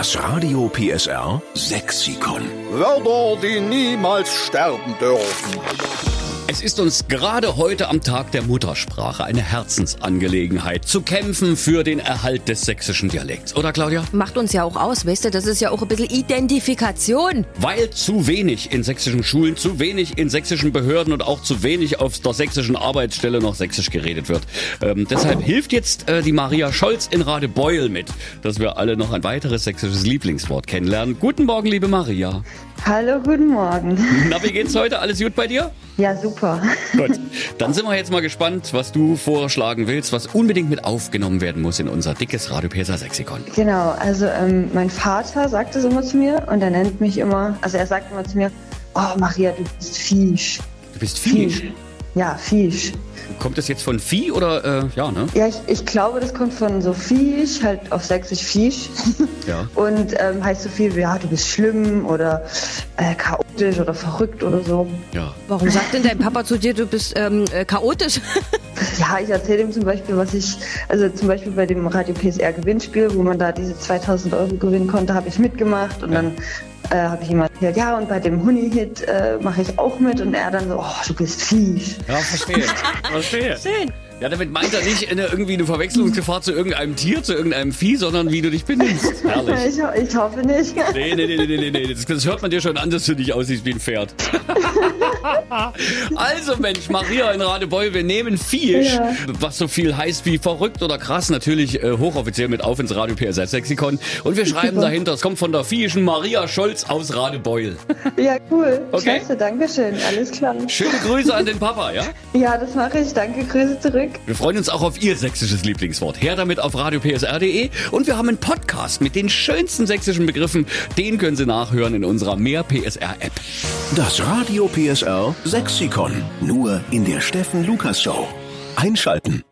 Das Radio PSR Sexikon. Wörter, die niemals sterben dürfen. Es ist uns gerade heute am Tag der Muttersprache eine Herzensangelegenheit, zu kämpfen für den Erhalt des sächsischen Dialekts. Oder, Claudia? Macht uns ja auch aus, weißt du, das ist ja auch ein bisschen Identifikation. Weil zu wenig in sächsischen Schulen, zu wenig in sächsischen Behörden und auch zu wenig auf der sächsischen Arbeitsstelle noch sächsisch geredet wird. Deshalb hilft jetzt die Maria Scholz in Radebeul mit, dass wir alle noch ein weiteres sächsisches Lieblingswort kennenlernen. Guten Morgen, liebe Maria. Hallo, guten Morgen. Na, wie geht's heute? Alles gut bei dir? Ja, super. Gut, dann sind wir jetzt mal gespannt, was du vorschlagen willst, was unbedingt mit aufgenommen werden muss in unser dickes Radio PSR Sexikon. Genau, also mein Vater sagt es immer zu mir und er nennt mich immer, also er sagt immer zu mir, oh Maria, du bist Fisch. Du bist Fisch? Ja, Fisch. Kommt das jetzt von Vieh oder, ja, ne? Ja, ich glaube, das kommt von so Fisch, halt auf Sächsisch Fisch. Ja. Und heißt so viel wie, ja, du bist schlimm oder chaotisch oder verrückt oder so. Ja. Warum sagt denn dein Papa zu dir, du bist chaotisch? Ja, ich erzähle ihm zum Beispiel, also zum Beispiel bei dem Radio PSR Gewinnspiel, wo man da diese 2000 € gewinnen konnte, habe ich mitgemacht und dann habe ich ihm erzählt, ja, und bei dem Huni-Hit mache ich auch mit und er dann so, oh, du bist fies. Ja, verstehe. Schön. Ja, damit meint er nicht irgendwie eine Verwechslungsgefahr zu irgendeinem Tier, zu irgendeinem Vieh, sondern wie du dich benimmst. Herrlich. Ich hoffe nicht. Nee. Das hört man dir schon an, dass du nicht aussiehst wie ein Pferd. Also Mensch, Maria in Radebeul, wir nehmen Fisch, was so viel heißt wie verrückt oder krass, natürlich hochoffiziell mit auf ins Radio PSR Sexikon. Und wir schreiben dahinter, es kommt von der fiischen Maria Scholz aus Radebeul. Ja, cool. Okay. Klasse, danke schön. Alles klar. Schöne Grüße an den Papa, ja? Ja, das mache ich. Danke, Grüße zurück. Wir freuen uns auch auf Ihr sächsisches Lieblingswort. Her damit auf radiopsr.de und wir haben einen Podcast mit den schönsten sächsischen Begriffen. Den können Sie nachhören in unserer Mehr PSR App. Das Radio PSR Sexikon. Nur in der Steffen Lukas Show. Einschalten.